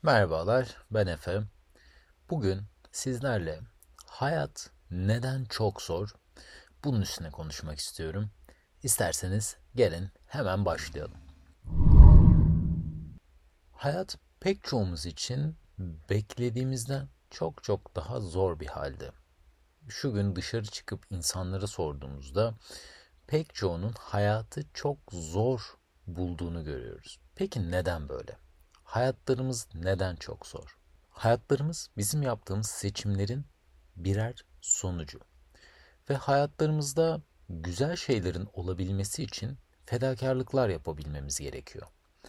Merhabalar, ben Efe. Bugün sizlerle hayat neden çok zor? Bunun üstüne konuşmak istiyorum. İsterseniz gelin hemen başlayalım. Hayat pek çoğumuz için beklediğimizden çok çok daha zor bir halde. Şu gün dışarı çıkıp insanlara sorduğumuzda pek çoğunun hayatı çok zor bulduğunu görüyoruz. Peki neden böyle? Hayatlarımız neden çok zor? Hayatlarımız bizim yaptığımız seçimlerin birer sonucu. Ve hayatlarımızda güzel şeylerin olabilmesi için fedakarlıklar yapabilmemiz gerekiyor.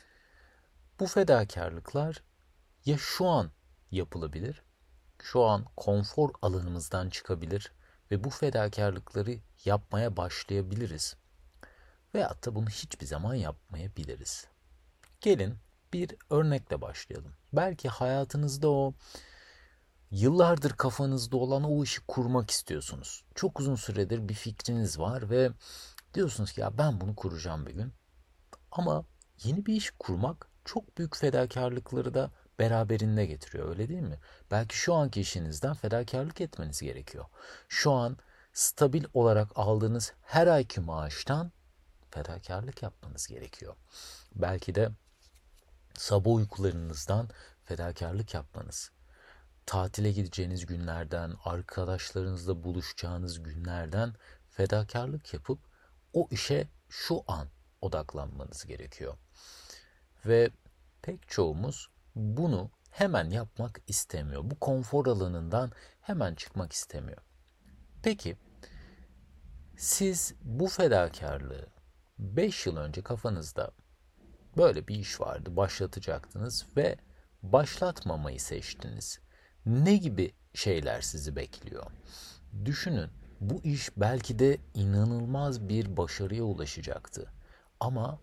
Bu fedakarlıklar ya şu an yapılabilir, şu an konfor alanımızdan çıkabilir ve bu fedakarlıkları yapmaya başlayabiliriz. Veyahut da bunu hiçbir zaman yapmayabiliriz. Gelin bir örnekle başlayalım. Belki hayatınızda o yıllardır kafanızda olan o işi kurmak istiyorsunuz. Çok uzun süredir bir fikriniz var ve diyorsunuz ki ya ben bunu kuracağım bir gün. Ama yeni bir iş kurmak çok büyük fedakarlıkları da beraberinde getiriyor, öyle değil mi? Belki şu anki işinizden fedakarlık etmeniz gerekiyor. Şu an stabil olarak aldığınız her ayki maaştan fedakarlık yapmanız gerekiyor. Belki de sabah uykularınızdan fedakarlık yapmanız, tatile gideceğiniz günlerden, arkadaşlarınızla buluşacağınız günlerden fedakarlık yapıp o işe şu an odaklanmanız gerekiyor. Ve pek çoğumuz bunu hemen yapmak istemiyor. Bu konfor alanından hemen çıkmak istemiyor. Peki siz bu fedakarlığı 5 yıl önce kafanızda böyle bir iş vardı, başlatacaktınız ve başlatmamayı seçtiniz. Ne gibi şeyler sizi bekliyor? Düşünün, bu iş belki de inanılmaz bir başarıya ulaşacaktı. Ama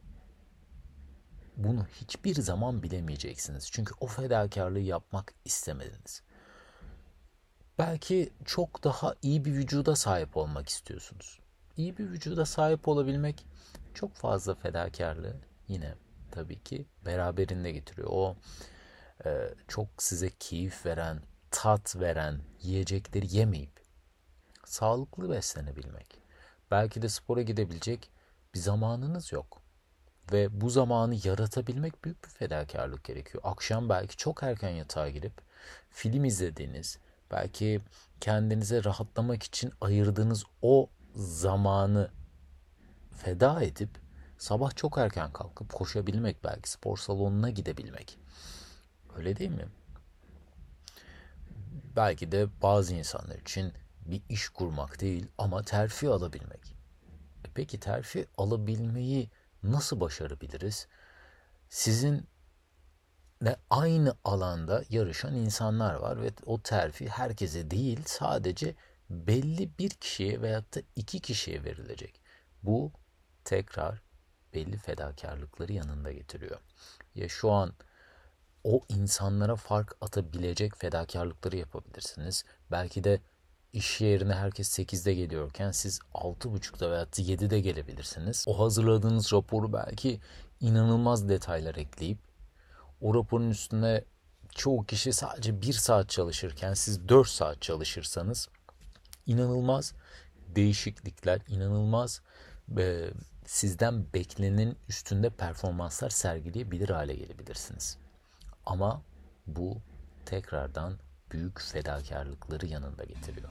bunu hiçbir zaman bilemeyeceksiniz. Çünkü o fedakarlığı yapmak istemediniz. Belki çok daha iyi bir vücuda sahip olmak istiyorsunuz. İyi bir vücuda sahip olabilmek çok fazla fedakarlığı yine tabii ki beraberinde getiriyor. O çok size keyif veren, tat veren yiyecekleri yemeyip sağlıklı beslenebilmek. Belki de spora gidebilecek bir zamanınız yok. Ve bu zamanı yaratabilmek büyük bir fedakarlık gerekiyor. Akşam belki çok erken yatağa girip film izlediğiniz, belki kendinize rahatlamak için ayırdığınız o zamanı feda edip sabah çok erken kalkıp koşabilmek, belki spor salonuna gidebilmek. Öyle değil mi? Belki de bazı insanlar için bir iş kurmak değil ama terfi alabilmek. Peki terfi alabilmeyi nasıl başarabiliriz? Sizinle aynı alanda yarışan insanlar var ve o terfi herkese değil, sadece belli bir kişiye veyahut da iki kişiye verilecek. Bu tekrar belli fedakarlıkları yanında getiriyor. Ya şu an o insanlara fark atabilecek fedakarlıkları yapabilirsiniz. Belki de iş yerine herkes 8'de geliyorken siz 6.30'da veya 7'de gelebilirsiniz. O hazırladığınız raporu belki inanılmaz detaylar ekleyip o raporun üstüne çoğu kişi sadece 1 saat çalışırken siz 4 saat çalışırsanız inanılmaz değişiklikler, inanılmaz e, sizden beklenenin üstünde performanslar sergileyebilir hale gelebilirsiniz. Ama bu tekrardan büyük fedakarlıkları yanında getiriyor.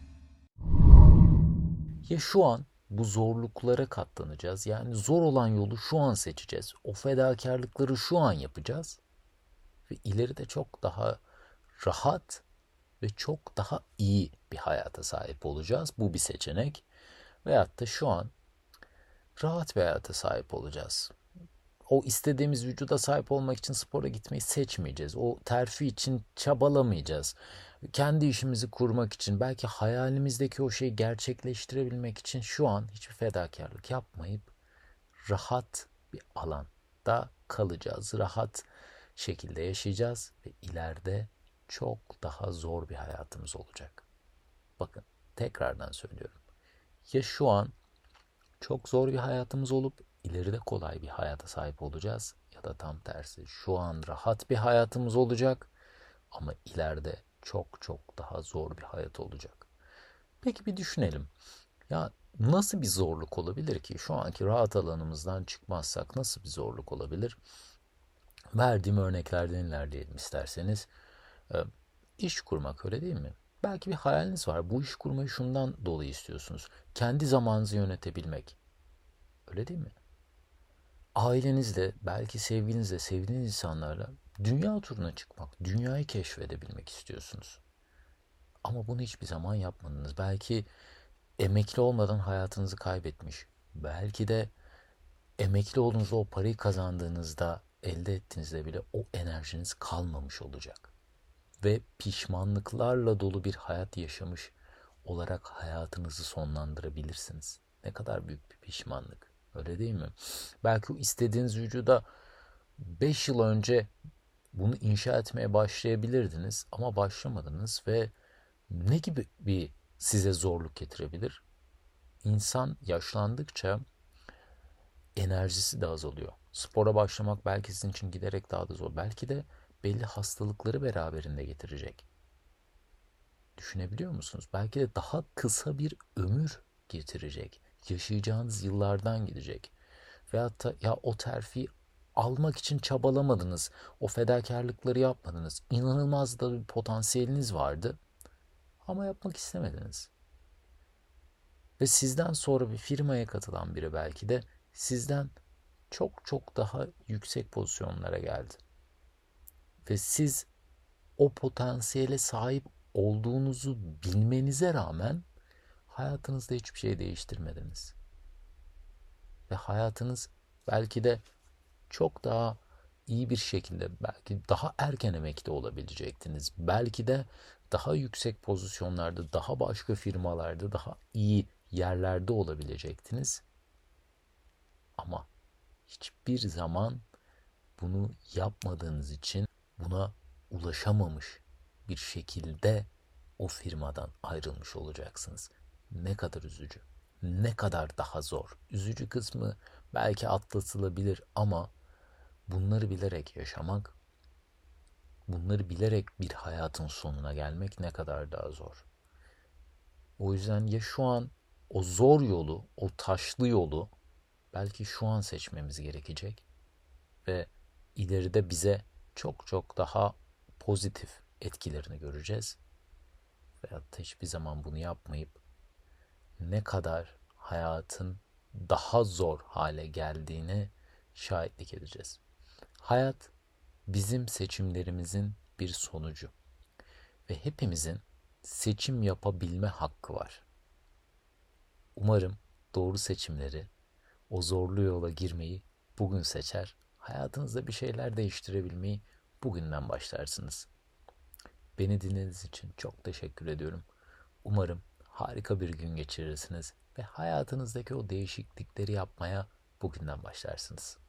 Ya şu an bu zorluklara katlanacağız. Yani zor olan yolu şu an seçeceğiz. O fedakarlıkları şu an yapacağız. Ve ileride çok daha rahat ve çok daha iyi bir hayata sahip olacağız. Bu bir seçenek. Veyahut da şu an rahat bir hayata sahip olacağız. O istediğimiz vücuda sahip olmak için spora gitmeyi seçmeyeceğiz. O terfi için çabalamayacağız. Kendi işimizi kurmak için, belki hayalimizdeki o şeyi gerçekleştirebilmek için şu an hiçbir fedakarlık yapmayıp rahat bir alanda kalacağız. Rahat şekilde yaşayacağız ve ileride çok daha zor bir hayatımız olacak. Bakın, tekrardan söylüyorum. Ya şu an çok zor bir hayatımız olup ileride kolay bir hayata sahip olacağız ya da tam tersi. Şu an rahat bir hayatımız olacak. Ama ileride çok çok daha zor bir hayat olacak. Peki bir düşünelim. Ya nasıl bir zorluk olabilir ki? Şu anki rahat alanımızdan çıkmazsak nasıl bir zorluk olabilir? Verdiğim örneklerden ilerleyelim isterseniz. Ee, iş kurmak öyle değil mi? Belki bir hayaliniz var. Bu iş kurmayı şundan dolayı istiyorsunuz. Kendi zamanınızı yönetebilmek. Öyle değil mi? Ailenizle, belki sevgilinizle, sevdiğiniz insanlarla dünya turuna çıkmak, dünyayı keşfedebilmek istiyorsunuz. Ama bunu hiçbir zaman yapmadınız. Belki emekli olmadan hayatınızı kaybetmiş. Belki de emekli olduğunuzda o parayı kazandığınızda, elde ettiğinizde bile o enerjiniz kalmamış olacak. Ve pişmanlıklarla dolu bir hayat yaşamış olarak hayatınızı sonlandırabilirsiniz. Ne kadar büyük bir pişmanlık. Öyle değil mi? Belki o istediğiniz vücuda 5 yıl önce bunu inşa etmeye başlayabilirdiniz ama başlamadınız ve ne gibi bir size zorluk getirebilir? İnsan yaşlandıkça enerjisi de azalıyor. Spora başlamak belki sizin için giderek daha da zor. Belki de belli hastalıkları beraberinde getirecek. Düşünebiliyor musunuz? Belki de daha kısa bir ömür getirecek. Yaşayacağınız yıllardan gidecek. Veyahut da ya o terfi almak için çabalamadınız. O fedakarlıkları yapmadınız. İnanılmaz da bir potansiyeliniz vardı. Ama yapmak istemediniz. Ve sizden sonra bir firmaya katılan biri belki de sizden çok çok daha yüksek pozisyonlara geldi. Ve siz o potansiyele sahip olduğunuzu bilmenize rağmen hayatınızda hiçbir şey değiştirmediniz. Ve hayatınız belki de çok daha iyi bir şekilde, belki daha erken emekli olabilecektiniz. Belki de daha yüksek pozisyonlarda, daha başka firmalarda, daha iyi yerlerde olabilecektiniz. Ama hiçbir zaman bunu yapmadığınız için buna ulaşamamış bir şekilde o firmadan ayrılmış olacaksınız. Ne kadar üzücü. Ne kadar daha zor. Üzücü kısmı belki atlatılabilir ama bunları bilerek yaşamak, bunları bilerek bir hayatın sonuna gelmek ne kadar daha zor. O yüzden ya şu an o zor yolu, o taşlı yolu belki şu an seçmemiz gerekecek ve ileride bize çok çok daha pozitif etkilerini göreceğiz. Veyahut da hiçbir zaman bunu yapmayıp ne kadar hayatın daha zor hale geldiğini şahitlik edeceğiz. Hayat bizim seçimlerimizin bir sonucu ve hepimizin seçim yapabilme hakkı var. Umarım doğru seçimleri, o zorlu yola girmeyi bugün seçer, hayatınızda bir şeyler değiştirebilmeyi bugünden başlarsınız. Beni dinlediğiniz için çok teşekkür ediyorum. Umarım harika bir gün geçirirsiniz ve hayatınızdaki o değişiklikleri yapmaya bugünden başlarsınız.